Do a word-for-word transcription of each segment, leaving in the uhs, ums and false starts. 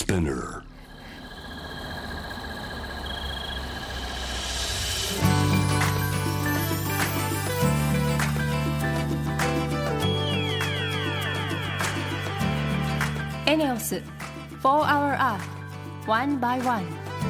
Spinner. エネオス For Our Earth One by One。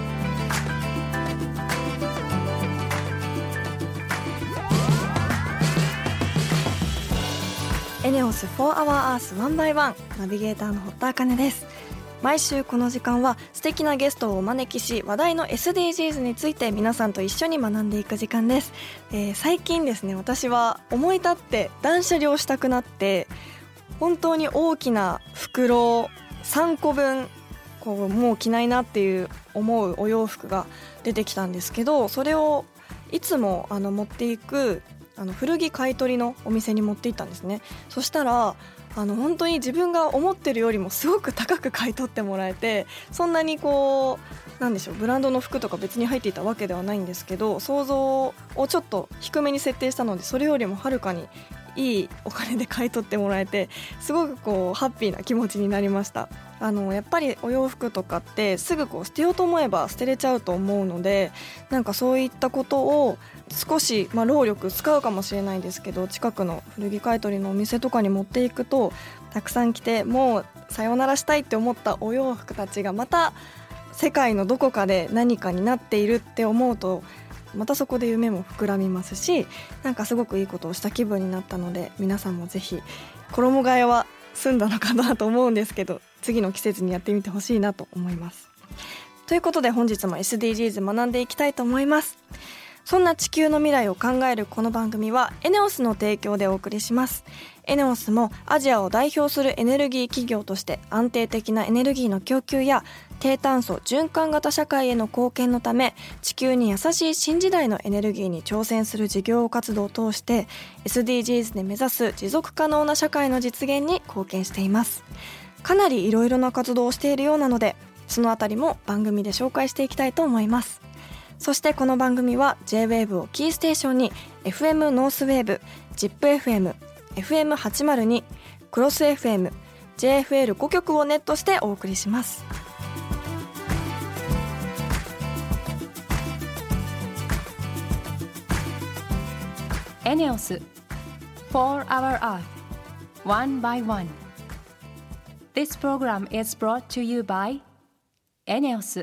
エネオス For Our Earth One by One ナビゲーターの堀田茜です。毎週この時間は素敵なゲストをお招きし、話題の エスディージーズ について皆さんと一緒に学んでいく時間です。えー、最近ですね、私は思い立って断捨離をしたくなって、本当に大きな袋さんこぶんこうもう着ないなっていう思うお洋服が出てきたんですけど、それをいつもあの持っていくあの古着買い取りのお店に持って行ったんですね。そしたらあの本当に自分が思ってるよりもすごく高く買い取ってもらえて、そんなにこうなんでしょうブランドの服とか別に入っていたわけではないんですけど、想像をちょっと低めに設定したので、それよりもはるかにいいお金で買い取ってもらえて、すごくこうハッピーな気持ちになりました。あのやっぱりお洋服とかってすぐこう捨てようと思えば捨てれちゃうと思うので、なんかそういったことを少し、まあ、労力使うかもしれないんですけど、近くの古着買い取りのお店とかに持っていくと、たくさん着てもうさよならしたいって思ったお洋服たちがまた世界のどこかで何かになっているって思うと、またそこで夢も膨らみますし、なんかすごくいいことをした気分になったので、皆さんもぜひ衣替えは済んだのかなと思うんですけど、次の季節にやってみてほしいなと思います。ということで本日も エスディージーズ 学んでいきたいと思います。そんな地球の未来を考えるこの番組はエネオスの提供でお送りします。エネオスもアジアを代表するエネルギー企業として安定的なエネルギーの供給や低炭素循環型社会への貢献のため、地球に優しい新時代のエネルギーに挑戦する事業活動を通して エスディージーズ で目指す持続可能な社会の実現に貢献しています。かなりいろいろな活動をしているようなので、そのあたりも番組で紹介していきたいと思います。そしてこの番組は ジェイウェーブ をキーステーションに エフエム ノースウェーブ、ジップエフエム、エフエムはちまるに、クロス エフエム、ジェイエフエルご 局をネットしてお送りします。 エネオス For Our Earth One by One。 This program is brought to you by エネオス。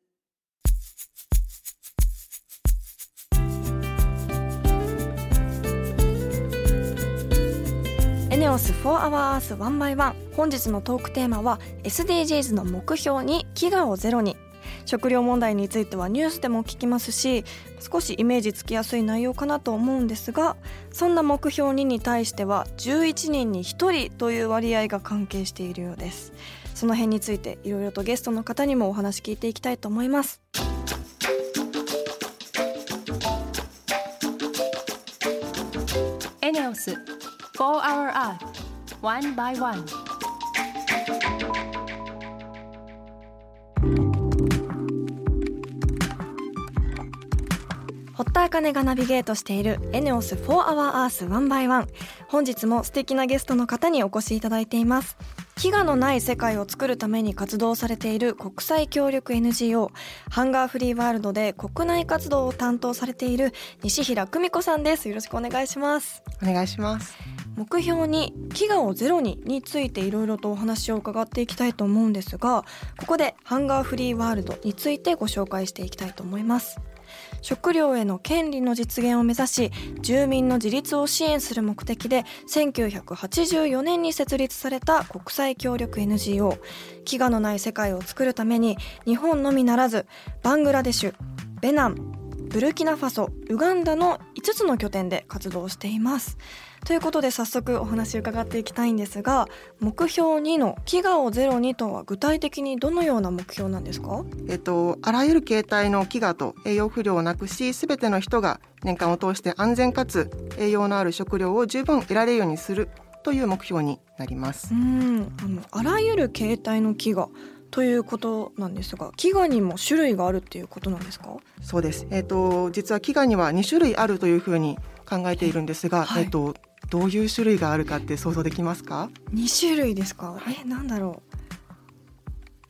エネオス For Our Earth One by One。 本日のトークテーマは エスディージーズ の目標に飢餓をゼロに。食料問題についてはニュースでも聞きますし、少しイメージつきやすい内容かなと思うんですが、そんな目標にに対してはじゅういちにんにひとりという割合が関係しているようです。その辺についていろいろとゲストの方にもお話聞いていきたいと思います。 エネオス For Our Earth One by One。 堀田茜がナビゲートしているエネオス For Our Earth One by One。 本日も素敵なゲストの方にお越しいただいています。飢餓のない世界を作るために活動されている国際協力 エヌジーオー ハンガーフリーワールドで国内活動を担当されている西平久美子さんです。よろしくお願いします。 お願いします。 目標に飢餓をゼロにについていろいろとお話を伺っていきたいと思うんですが、ここでハンガーフリーワールドについてご紹介していきたいと思います。食料への権利の実現を目指し、住民の自立を支援する目的でせんきゅうひゃくはちじゅうよねんに設立された国際協力 エヌジーオー。 飢餓のない世界を作るために日本のみならずバングラデシュ、ベナン、ブルキナファソ、ウガンダのいつつの拠点で活動しています。ということで早速お話を伺っていきたいんですが、目標にの飢餓をゼロにとは具体的にどのような目標なんですか？ えっと、あらゆる形態の飢餓と栄養不良をなくし、すべての人が年間を通して安全かつ栄養のある食料を十分得られるようにするという目標になります。 うーんあのあらゆる形態の飢餓ということなんですが、飢餓にも種類があるっていうことなんですか？ そうです。えっと、実は飢餓にはに種類あるというふうに考えているんですが、はい、えっと、どういう種類があるかって想像できますか？ に種類ですか？え、なんだろう。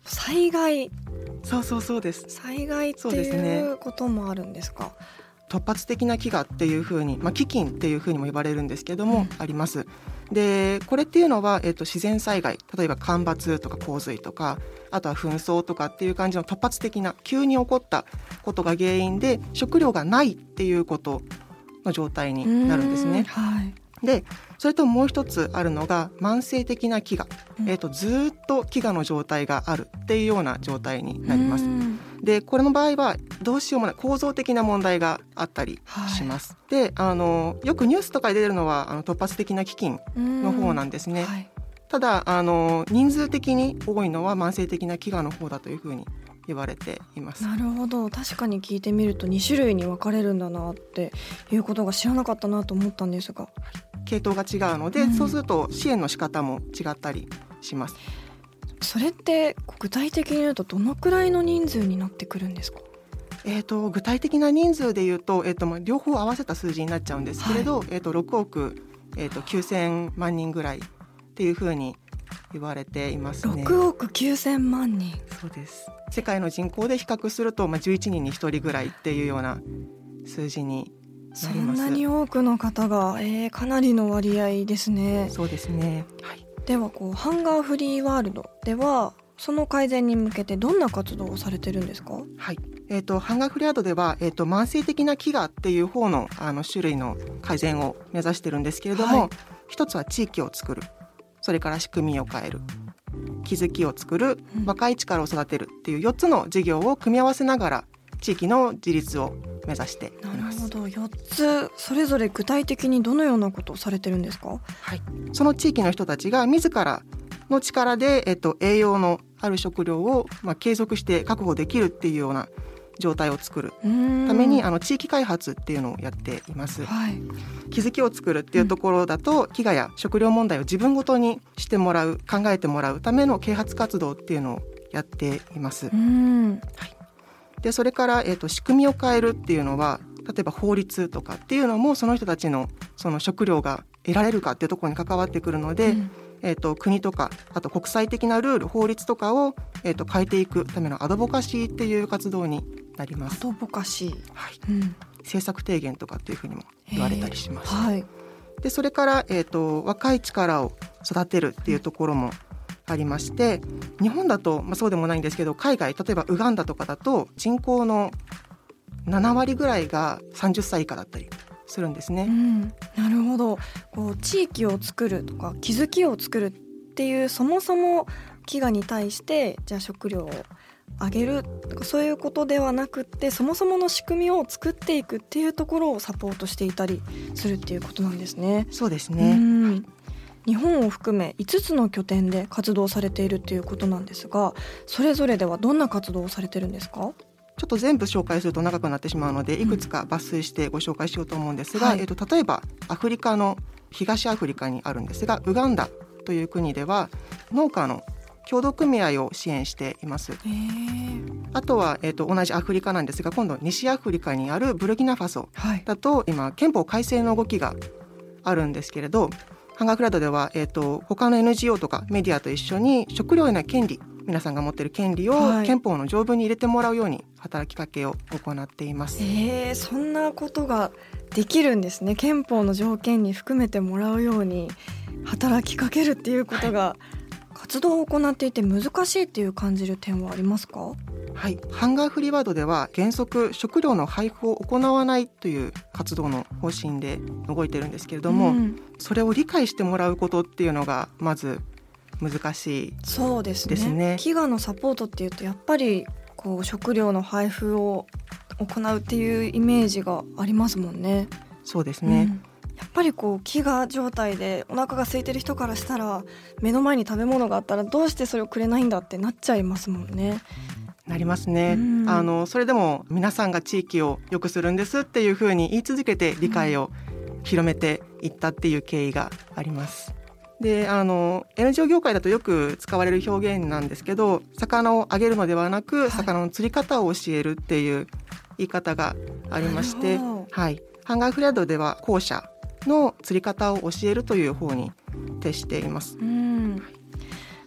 災害そうそうそうです。 災害ってそうですねいうこともあるんですか？ 突発的な飢餓っていうふうに、まあ、飢饉っていうふうにも呼ばれるんですけども、 うんあります。でこれっていうのは、えっと、自然災害、例えば干ばつとか洪水とか、あとは紛争とかっていう感じの突発的な急に起こったことが原因で食料がないっていうことの状態になるんですね。 はい、 でそれともう一つあるのが慢性的な飢餓、 うんえっと、ずっと飢餓の状態があるっていうような状態になります。 うんでこれの場合はどうしようもない構造的な問題があったりします、はい、であのよくニュースとかで出るのはあの突発的な飢饉の方なんですね、はい、ただあの人数的に多いのは慢性的な飢餓の方だというふうに言われています。 なるほど、確かに聞いてみるとに種類に分かれるんだなっていうことが知らなかったなと思ったんですが、 系統が違うので、うん、そうすると支援の仕方も違ったりします。 それって具体的に言うとどのくらいの人数になってくるんですか？ えー、と具体的な人数でいうと、えーとまあ、両方合わせた数字になっちゃうんですけれど、はい、えー、とろくおく、えー、ときゅうせんまんにんぐらいっていうふうに言われていますね。 ろくおくきゅうせんまんにん。 そうです。世界の人口で比較すると、まあ、じゅういちにんにひとりぐらいっていうような数字になります。 そんなに多くの方が、えー、かなりの割合ですね。 そうですね、はい、 ではこうハンガーフリーワールドではその改善に向けてどんな活動をされてるんですか？ はい、えー、とハンガーフリーワールドでは、えー、と慢性的な飢餓っていう方 の, あの種類の改善を目指してるんですけれども、はい、一つは地域を作る、それから仕組みを変える、気づきを作る、若い力を育てるっていうよっつの事業を組み合わせながら地域の自立を目指しています。 なるほど、よっつそれぞれ具体的にどのようなことをされてるんですか？ はい、その地域の人たちが自らの力で、えっと、栄養のある食料を、まあ、継続して確保できるっていうような状態を作るためにあの地域開発っていうのをやっています、はい、気づきを作るっていうところだと、うん、飢餓や食料問題を自分ごとにしてもらう、考えてもらうための啓発活動っていうのをやっています。うん、はい、でそれから、えっと、仕組みを変えるっていうのは、例えば法律とかっていうのもその人たちのその食料が得られるかっていうところに関わってくるので、うん、えー、と国とかあと国際的なルール、法律とかを、えー、と変えていくためのアドボカシーっていう活動になります。 アドボカシー、 はい、うん、政策提言とかっていうふうにも言われたりします、 はい、 でそれから、えー、と若い力を育てるっていうところもありまして、日本だと、まあ、そうでもないんですけど、海外、例えばウガンダとかだと人口のななわりぐらいがさんじゅっさい以下だったりするんですね、 うん、なるほど。こう地域を作るとか気づきを作るっていう、そもそも飢餓に対してじゃあ食料をあげるとかそういうことではなくって、そもそもの仕組みを作っていくっていうところをサポートしていたりするっていうことなんですね。 そうですね、 うん、日本を含めいつつの拠点で活動されているっていうことなんですが、それぞれではどんな活動をされてるんですか？ ちょっと全部紹介すると長くなってしまうので、いくつか抜粋してご紹介しようと思うんですが、うん、はい、えっと、例えばアフリカの東アフリカにあるんですが、ウガンダという国では農家の協同組合を支援しています。あとは、えっと、同じアフリカなんですが、今度西アフリカにあるブルキナファソだと、はい、今憲法改正の動きがあるんですけれど、ハンガーフラッドでは、えっと、他の エヌジーオー とかメディアと一緒に食料への権利、皆さんが持っている権利を憲法の条文に入れてもらうように働きかけを行っています、 はい、えー、そんなことができるんですね。憲法の条件に含めてもらうように働きかけるっていうことが、はい、活動を行っていて難しいっていう感じる点はありますか？ はい、ハンガーフリーワードでは原則食料の配布を行わないという活動の方針で動いてるんですけれども、うん、それを理解してもらうことっていうのがまず難しいですね。 そうですね。飢餓のサポートっていうとやっぱりこう食料の配布を行うっていうイメージがありますもんね。 そうですね、うん、 やっぱりこう飢餓状態でお腹が空いてる人からしたら、目の前に食べ物があったらどうしてそれをくれないんだってなっちゃいますもんね。 なりますね、うん、あのそれでも皆さんが地域を良くするんですっていうふうに言い続けて理解を広めていったっていう経緯があります。であの エヌジーオー 業界だとよく使われる表現なんですけど、魚をあげるのではなく、はい、魚の釣り方を教えるっていう言い方がありまして、はい、ハンガーフリーワードでは後者の釣り方を教えるという方に徹しています。 うん、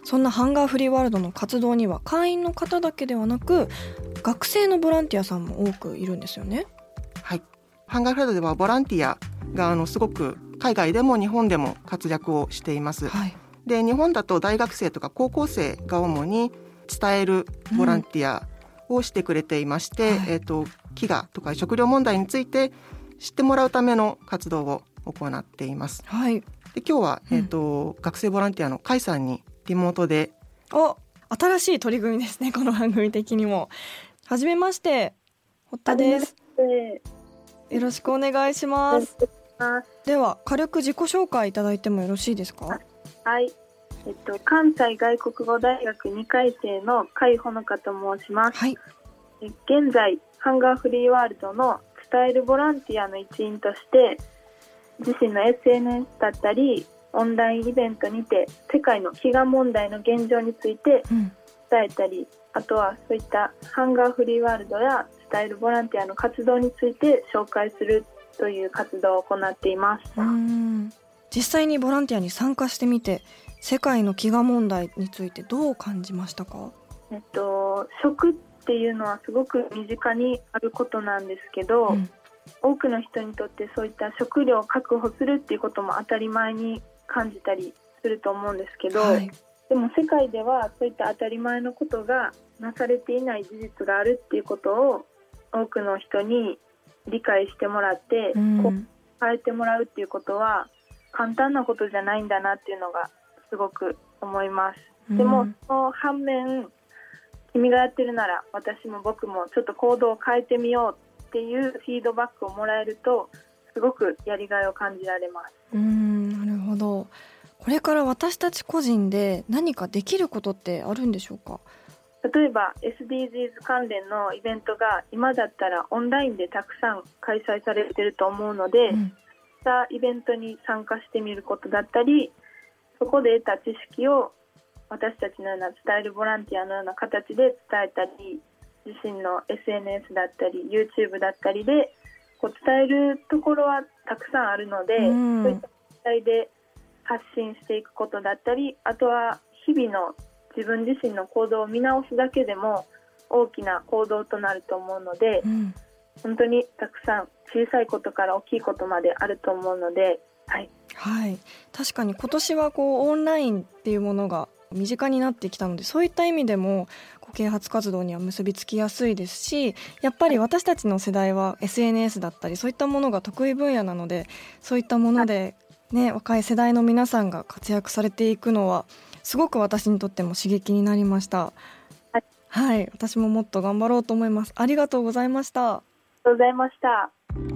そんなハンガーフリーワールドの活動には会員の方だけではなく学生のボランティアさんも多くいるんですよね。 はい、ハンガーフリーワールドではボランティアがあのすごく海外でも日本でも活躍をしています、はい、で日本だと大学生とか高校生が主に伝えるボランティアをしてくれていまして、うんはいえー、と飢餓とか食料問題について知ってもらうための活動を行っています、はい、で今日は、えーとうん、学生ボランティアの甲斐さんにリモートでお新しい取り組みですね。この番組的にもはじめまして堀田です。よろしくお願いします。では軽く自己紹介いただいてもよろしいですか。 はい、えっと、関西外国語大学にかい生の甲斐ほのかと申します、はい、現在ハンガーフリーワールドの伝えるボランティアの一員として自身の エスエヌエス だったりオンラインイベントにて世界の飢餓問題の現状について伝えたり、うん、あとはそういったハンガーフリーワールドや伝えるボランティアの活動について紹介するという活動を行っています。 うーん実際にボランティアに参加してみて世界の飢餓問題についてどう感じましたか。 えっと、食っていうのはすごく身近にあることなんですけど、うん、多くの人にとってそういった食料を確保するっていうことも当たり前に感じたりすると思うんですけど、はい、でも世界ではそういった当たり前のことがなされていない事実があるっていうことを多くの人に理解してもらって、うん、こう変えてもらうっていうことは簡単なことじゃないんだなっていうのがすごく思います、うん、でもその反面君がやってるなら私も僕もちょっと行動を変えてみようっていうフィードバックをもらえるとすごくやりがいを感じられます。 うーんなるほど。これから私たち個人で何かできることってあるんでしょうか。 例えば エスディージーズ 関連のイベントが今だったらオンラインでたくさん開催されていると思うので、うん、そういったイベントに参加してみることだったりそこで得た知識を私たちのような伝えるボランティアのような形で伝えたり自身の エスエヌエス だったり YouTube だったりでこう伝えるところはたくさんあるので、うん、そういった媒体で発信していくことだったりあとは日々の自分自身の行動を見直すだけでも大きな行動となると思うので、うん、本当にたくさん小さいことから大きいことまであると思うので、はいはい、確かに今年はこうオンラインっていうものが身近になってきたのでそういった意味でもこう啓発活動には結びつきやすいですしやっぱり私たちの世代は エスエヌエス だったりそういったものが得意分野なのでそういったもので、ね、若い世代の皆さんが活躍されていくのはすごく私にとっても刺激になりました。はい、はい、私ももっと頑張ろうと思います。ありがとうございました。 ありがとうございました。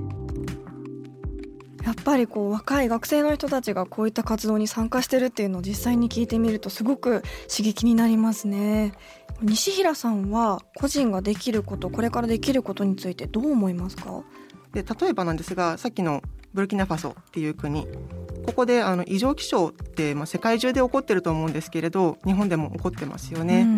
やっぱりこう若い学生の人たちがこういった活動に参加してるっていうのを実際に聞いてみるとすごく刺激になりますね。西平さんは個人ができることこれからできることについてどう思いますか。 で例えばなんですがさっきのブルキナファソっていう国ここであの異常気象って、まあ、世界中で起こってると思うんですけれど日本でも起こってますよね、うん、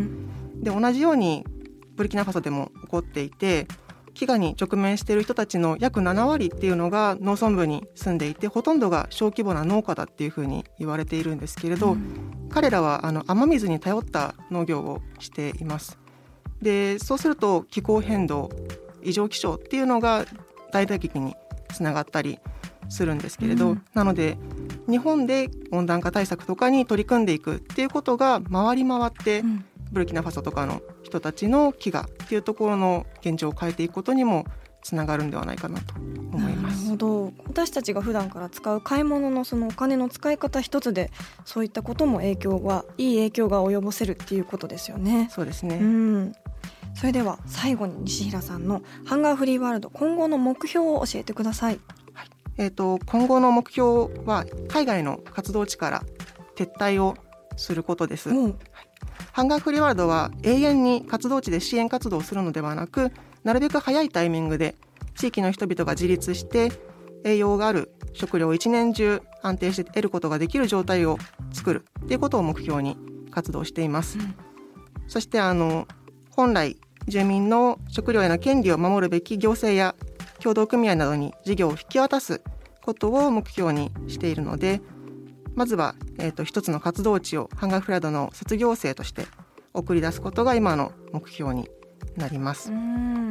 で同じようにブルキナファソでも起こっていて飢餓に直面している人たちの約ななわりっていうのが農村部に住んでいてほとんどが小規模な農家だっていうふうに言われているんですけれど、うん、彼らはあの雨水に頼った農業をしています。でそうすると気候変動異常気象っていうのが大打撃につながったりするんですけれど、うん、なので日本で温暖化対策とかに取り組んでいくっていうことが回り回って、うん、ブルキナファソとかの人たちの飢餓っていうところの現状を変えていくことにもつながるんではないかなと思います。 なるほど。私たちが普段から使う買い物のそのお金の使い方一つでそういったことも影響がいい影響が及ぼせるっていうことですよね。 そうですね、 うん、それでは最後に西平さんのハンガーフリーワールド今後の目標を教えてください。 はい、えーと、今後の目標は海外の活動地から撤退をすることです、うんはい、ハンガーフリーワールドは永遠に活動地で支援活動をするのではなくなるべく早いタイミングで地域の人々が自立して栄養がある食料を一年中安定して得ることができる状態を作るということを目標に活動しています、うん、そしてあの本来住民の食料への権利を守るべき行政や協同組合などに事業を引き渡すことを目標にしているので、 まずは、えー、と一つの活動地をハンガーフライドの卒業生として送り出すことが今の目標になります。 うん、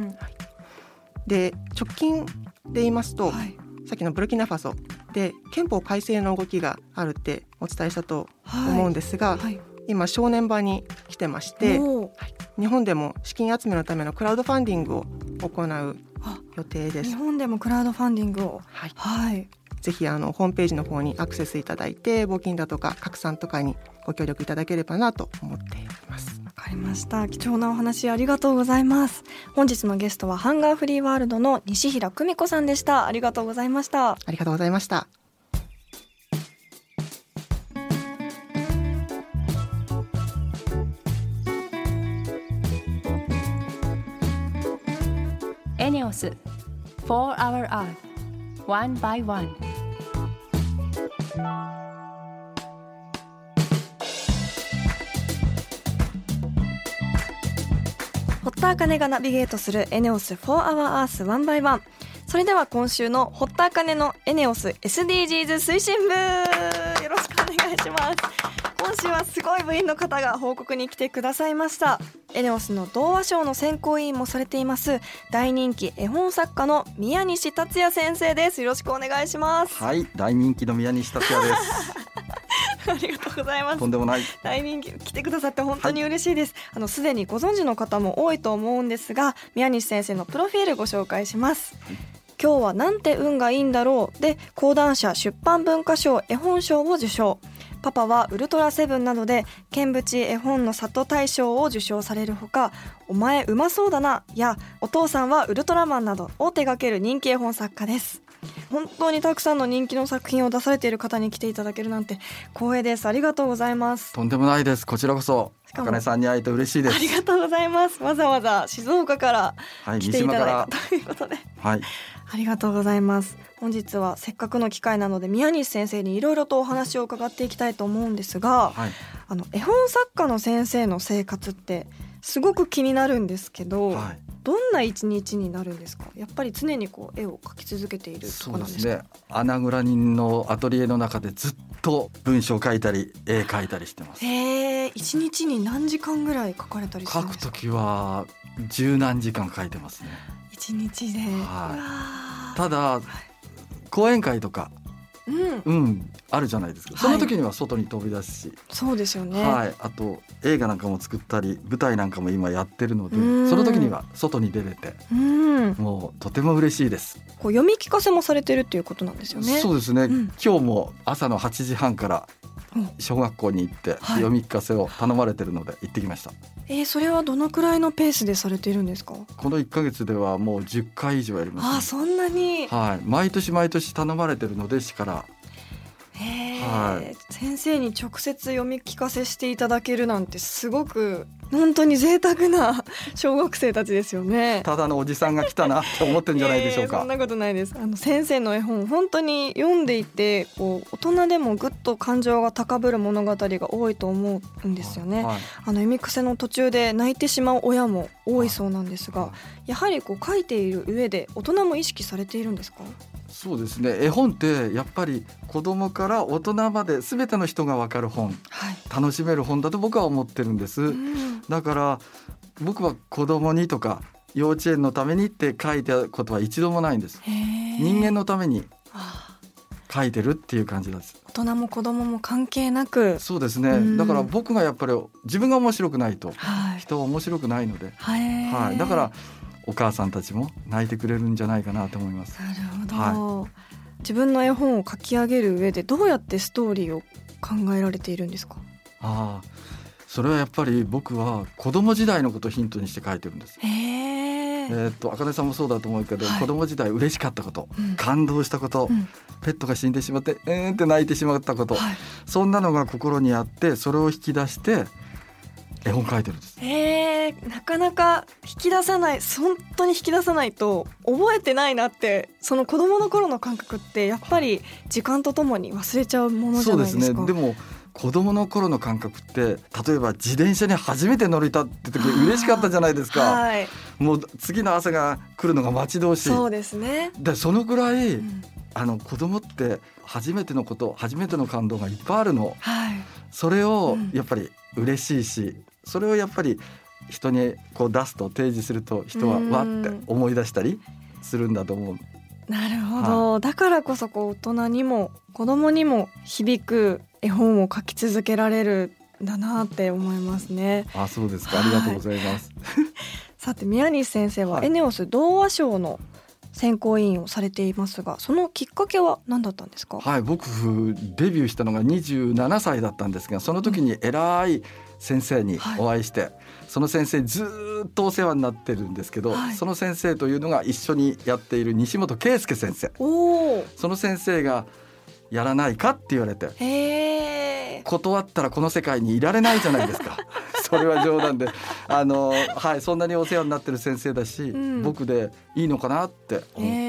はい、で直近で言いますと、 はい、 さっきのブルキナファソで憲法改正の動きがあるってお伝えしたと思うんですが、 はいはい、 今正念場に来てまして、 はい、 日本でも資金集めのためのクラウドファンディングを行う予定です。 日本でもクラウドファンディングを、 はいはい、 ぜひあのホームページの方にアクセスいただいて募金だとか拡散とかにご協力いただければなと思っています。 わかりました。貴重なお話ありがとうございます。本日のゲストはハンガーフリーワールドの西平久美子さんでした。ありがとうございました。 ありがとうございました。 エネオス For Our Earth One by One。 堀田茜がナビゲートするエネオス For Our Earth One by One。それでは今週の堀田茜のエネオス エスディージーズ 推進部、よろしくお願いします。今週はすごい部員の方が報告に来てくださいました。エネオスの童話賞の選考委員もされています大人気絵本作家の宮西達也先生です。よろしくお願いします。 はい、大人気の宮西達也ですありがとうございます。 とんでもない。 大人気、来てくださって本当に嬉しいです。はい、あのすでにご存知の方も多いと思うんですが、宮西先生のプロフィールご紹介します。はい、今日はなんて運がいいんだろうで講談社出版文化賞絵本賞を受賞。パパはウルトラセブンなどで剣淵絵本の里大賞を受賞されるほか、お前うまそうだなやお父さんはウルトラマンなどを手掛ける人気絵本作家です。本当にたくさんの人気の作品を出されている方に来ていただけるなんて光栄です。ありがとうございます。 とんでもないです。こちらこそ茜さんに会えて嬉しいです。 ありがとうございます。わざわざ静岡から来ていただいたということで、 はい、 ありがとうございます。本日はせっかくの機会なので宮西先生にいろいろとお話を伺っていきたいと思うんですが、はい、あの絵本作家の先生の生活ってすごく気になるんですけど、はい、どんな一日になるんですか？やっぱり常にこう絵を描き続けているとかなんですか？ そうですね、穴蔵人のアトリエの中でずっと文章を書いたり絵描いたりしてます。 へー、一日に何時間ぐらい描かれたりするんですか？ 描くときは十何時間描いてますね。 一日で、 はい、ただ、はい、講演会とか、 うんうん、あるじゃないですか、はい、その時には外に飛び出すし、 そうですよね、 はい、あと映画なんかも作ったり舞台なんかも今やってるので、その時には外に出れて、うん、もうとても嬉しいです。 こう読み聞かせもされてるっていうことなんですよね。 そうですね、うん、今日も朝のはちじはんから小学校に行って読み聞かせを頼まれてるので行ってきました。はい、 えー、それはどのくらいのペースでされているんですか？ このいっかげつではもうじゅっかい以上やります、ね。 あ、そんなに、 はい、毎年毎年頼まれてるので、しからへ、はい、先生に直接読み聞かせしていただけるなんてすごく本当に贅沢な小学生たちですよね。 ただのおじさんが来たなって思ってるんじゃないでしょうか。 そんなことないです。あの先生の絵本本当に読んでいてこう大人でもぐっと感情が高ぶる物語が多いと思うんですよね。はい、あの読み聞かせの途中で泣いてしまう親も多いそうなんですが、はい、やはりこう書いている上で大人も意識されているんですか？ そうですね、絵本ってやっぱり子供から大人まで全ての人が分かる本、はい、楽しめる本だと僕は思ってるんです。うん、だから僕は子供にとか幼稚園のためにって書いたことは一度もないんです。人間のために書いてるっていう感じです。 大人も子供も関係なく。 そうですね、うん、だから僕がやっぱり自分が面白くないと、はい、人は面白くないので、はい、だからお母さんたちも泣いてくれるんじゃないかなと思います。 なるほど、はい、自分の絵本を書き上げる上でどうやってストーリーを考えられているんですか？ ああ、それはやっぱり僕は子供時代のことをヒントにして書いてるんです。 へー、 えー、っと茜さんもそうだと思うけど、はい、子供時代嬉しかったこと、うん、感動したこと、うん、ペットが死んでしまってうーんって泣いてしまったこと、はい、そんなのが心にあってそれを引き出して絵本書いてるんです。 えー、なかなか引き出さない、本当に引き出さないと覚えてないなって。その子供の頃の感覚ってやっぱり時間とともに忘れちゃうものじゃないですか。 そうですね、でも子供の頃の感覚って例えば自転車に初めて乗れたって時嬉しかったじゃないですか。はい、もう次の朝が来るのが待ち遠しい。 そうですね。 でそのぐらいあの子供って初めてのこと初めての感動がいっぱいあるの、 はい、 それをやっぱり嬉しいし、うん、それをやっぱり人にこう出すと提示すると人はわって思い出したりするんだと思う。 なるほど、はい、だからこそこう大人にも子供にも響く絵本を書き続けられるんだなって思いますね。 あ、そうですか、ありがとうございます、 はい、さて宮西先生はエネオス童話賞の選考委員をされていますが、そのきっかけは何だったんですか？ はい、僕デビューしたのがにじゅうななさいだったんですが、その時に偉い先生にお会いして、はい、その先生ずっとお世話になってるんですけど、はい、その先生というのが一緒にやっている西本圭介先生。お、その先生がやらないかって言われて、へー、断ったらこの世界にいられないじゃないですかそれは冗談であの、はい、そんなにお世話になってる先生だし、うん、僕でいいのかなって思って、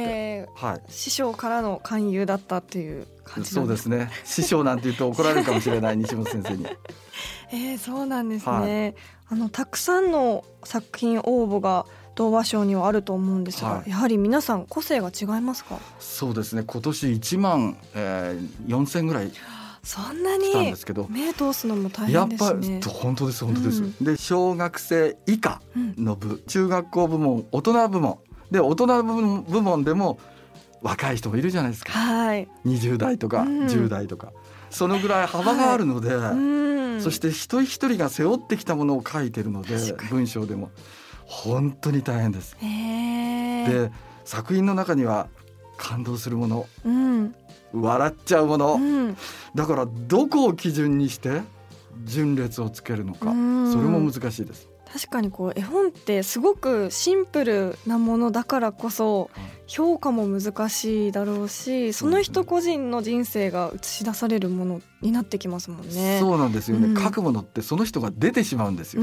はい、 師匠からの勧誘だったっていう感じなんですか？ そうですね、師匠なんて言うと怒られるかもしれない西本先生にえー、そうなんですね、はい、あのたくさんの作品応募が童話賞にはあると思うんですが、はい、やはり皆さん個性が違いますか？ そうですね、今年いちまん、えー、よんせんぐらいそんなに来たんですけど、 目通すのも大変ですね。 やっぱ本当です本当です、うん、で小学生以下の部、うん、中学校部門、大人部門で、大人部門でも若い人もいるじゃないですか、はい、にじゅうだいとかじゅうだいとか、うん、そのぐらい幅があるので、はい、うん、そして一人一人が背負ってきたものを書いてるので、文章でも本当に大変です。へー。で作品の中には感動するもの、うん、笑っちゃうもの、うん、だからどこを基準にして順列をつけるのか、うん、それも難しいです。 確かにこう絵本ってすごくシンプルなものだからこそ評価も難しいだろうし、その人個人の人生が映し出されるものになってきますもんね。 そうなんですよね、うん、書くものってその人が出てしまうんですよ、うん、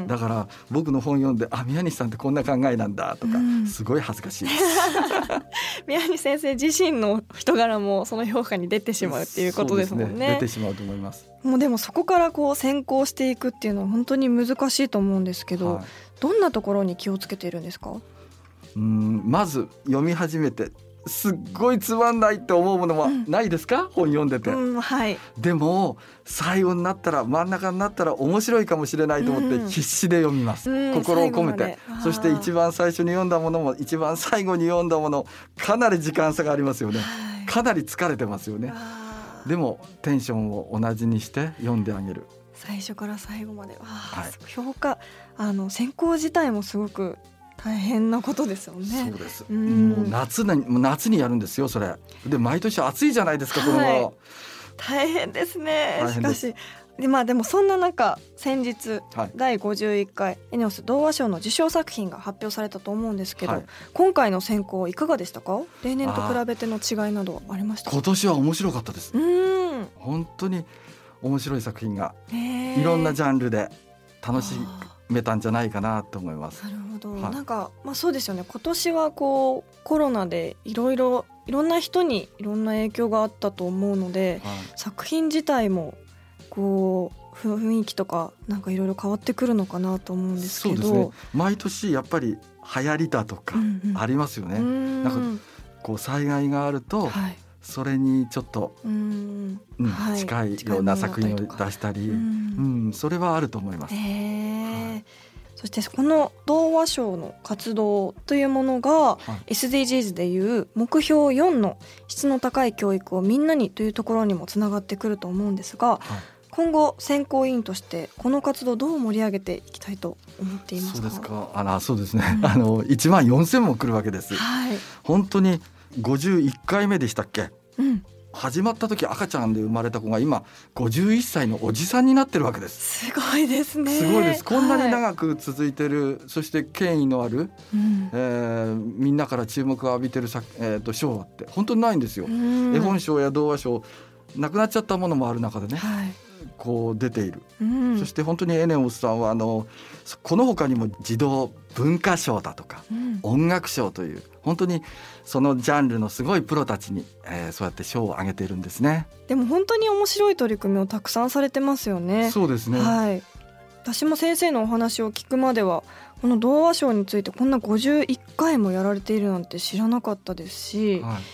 だから僕の本読んで、あ、宮西さんってこんな考えなんだとか、うん、すごい恥ずかしいです宮西先生自身の人柄もその評価に出てしまうっていうことですもんね。 そうですね、出てしまうと思います。 もうでもそこからこう先行していくっていうのは本当に難しいと思うんですけど、はい、どんなところに気をつけているんですか？ うーん、まず読み始めてすっごいつまんないって思うものはないですか、うん、本読んでて、うん、はい、でも最後になったら真ん中になったら面白いかもしれないと思って必死で読みます、うん、心を込めて、そして一番最初に読んだものも一番最後に読んだもの、かなり時間差がありますよね、はい、かなり疲れてますよね。でもテンションを同じにして読んであげる、 最初から最後まで、はい、評価、あの選考自体もすごく大変なことですよね。 そうです、うん、もう夏に、もう夏にやるんですよそれで、毎年暑いじゃないですか、この、はい、 大変ですね。しかしで、まあ、でもそんな中先日、はい、だいごじゅういっかいエネオス童話賞の受賞作品が発表されたと思うんですけど、はい、今回の選考いかがでしたか？例年と比べての違いなどありましたか？ 今年は面白かったです。うん、本当に面白い作品がいろんなジャンルで楽しめたんじゃないかなと思います。 なるほど、はい、なんか、まあ、そうですよね。今年はこうコロナでいろいろいろんな人にいろんな影響があったと思うので、はい、作品自体もこう雰囲気とかなんかいろいろ変わってくるのかなと思うんですけど。 そうですね、毎年やっぱり流行りだとかありますよね、うんうん、なんかこう災害があると、はい、それにちょっと、うんうん、はい、近いような作品を出したり、うんうん、それはあると思います。へー、 はい、そしてこの童話賞の活動というものが、はい、エスディージーズ でいう目標よんの質の高い教育をみんなにというところにもつながってくると思うんですが、はい、今後選考委員としてこの活動をどう盛り上げていきたいと思っていますか？ そうですか、あら、そうですね、うん、あのいちまんよんせんも来るわけです、はい、本当にごじゅういっかいめでしたっけ、うん、始まった時赤ちゃんで生まれた子が今ごじゅういっさいのおじさんになってるわけです。 すごいですね。 すごいです。こんなに長く続いてる、はい、そして権威のある、うん、えー、みんなから注目を浴びてるさ、えー、と賞って本当にないんですよ、うん、絵本賞や童話賞なくなっちゃったものもある中でね、はい、こう出ている、うん、そして本当にエネオスさんはあのこの他にも児童文化賞だとか、うん、音楽賞という本当にそのジャンルのすごいプロたちに、えー、そうやって賞をあげているんですね。 でも本当に面白い取り組みをたくさんされてますよね。 そうですね、 はい、私も先生のお話を聞くまではこの童話賞についてこんなごじゅういっかいもやられているなんて知らなかったですし、はい、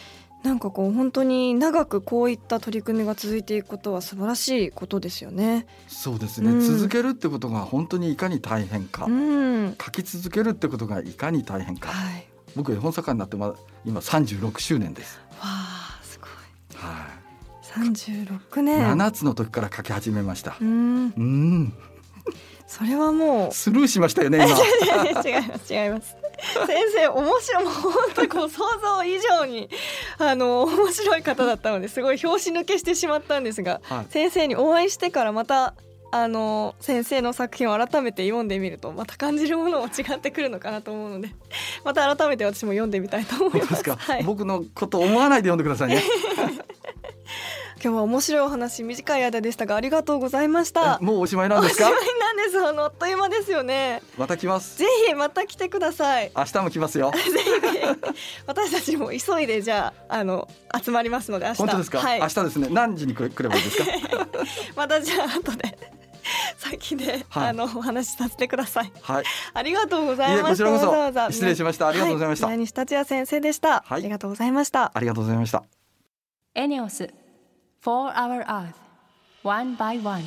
なんかこう本当に長くこういった取り組みが続いていくことは素晴らしいことですよね。 そうですね、うん、続けるってことが本当にいかに大変か、うん、書き続けるってことがいかに大変か、はい、僕絵本作家になってま今さんじゅうろくしゅうねんです。 わあすごい、 はい、 さんじゅうろくねんななつの時から書き始めました。 うん、うんそれはもうスルーしましたよね今違います違います先生面白い、もう本当にこう想像以上にあの面白い方だったのですごい拍子抜けしてしまったんですが、はい、先生にお会いしてからまたあの先生の作品を改めて読んでみるとまた感じるものも違ってくるのかなと思うので、また改めて私も読んでみたいと思います。 本当ですか、 はい、 僕のこと思わないで読んでくださいね今日は面白いお話短い間でしたがありがとうございました。 もうおしまいなんですか？ おしまいなんです。あのあっという間ですよね。 また来ます。 ぜひまた来てください。 明日も来ますよ。ぜひ私たちも急いでじゃあ、あの集まりますので明日。 本当ですか？はい、明日ですね。何時に来ればいいですか？ またじゃあ後で先で、はい、あのお話しさせてください。 はい、 ありがとうございました。いえこちらこそわざわざ失礼しました。ありがとうございました。 はい、宮西達也先生でした、はい、ありがとうございました。 ありがとうございました。 エネオスFor our Earth, one by one.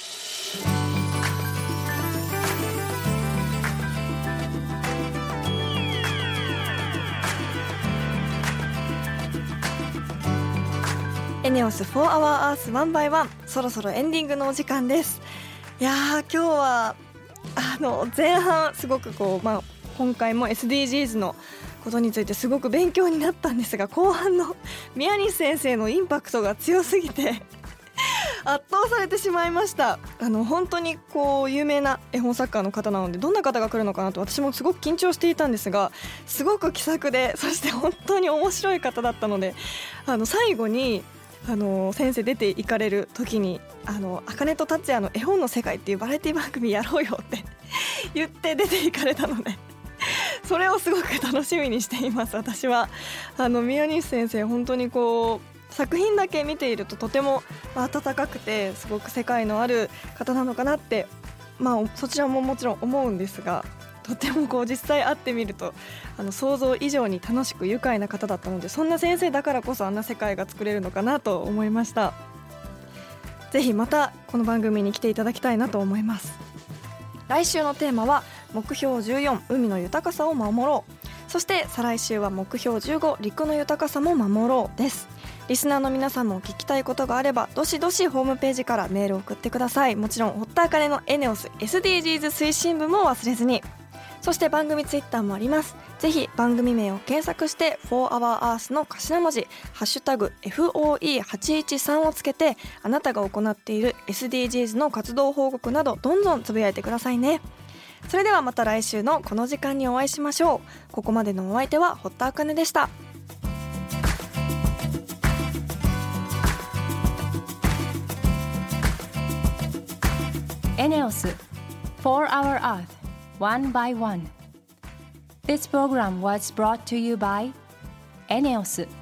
エネオス For our Earth, one by one。そろそろエンディングのお時間です。いやー今日はあの前半すごくこう、まあ、今回も エスディージーズ のことについてすごく勉強になったんですが、後半の宮西先生のインパクトが強すぎて圧倒されてしまいました。あの本当にこう有名な絵本作家の方なのでどんな方が来るのかなと私もすごく緊張していたんですが、すごく気さくでそして本当に面白い方だったので、あの最後にあの先生出て行かれる時にあの茜と達也の絵本の世界っていうバラエティ番組やろうよって言って出て行かれたのでそれをすごく楽しみにしています。私はあの宮西先生本当にこう作品だけ見ているととても温かくてすごく世界のある方なのかなって、まあ、そちらももちろん思うんですが、とてもこう実際会ってみるとあの想像以上に楽しく愉快な方だったので、そんな先生だからこそあんな世界が作れるのかなと思いました。ぜひまたこの番組に来ていただきたいなと思います。来週のテーマは目標じゅうよん海の豊かさを守ろう、そして再来週は目標じゅうご陸の豊かさも守ろうです。リスナーの皆さんも聞きたいことがあればどしどしホームページからメールを送ってください。もちろん堀田茜のエネオス エスディージーズ 推進部も忘れずに。そして番組ツイッターもあります。ぜひ番組名を検索して For Our Earth の頭文字ハッシュタグ エフオーイーはちいちさん をつけてあなたが行っている エスディージーズ の活動報告などどんどんつぶやいてくださいね。それではまた来週のこの時間にお会いしましょう。ここまでのお相手は堀田茜でした。 エネオス For Our Earth, one by one. This program was brought to you by エネオス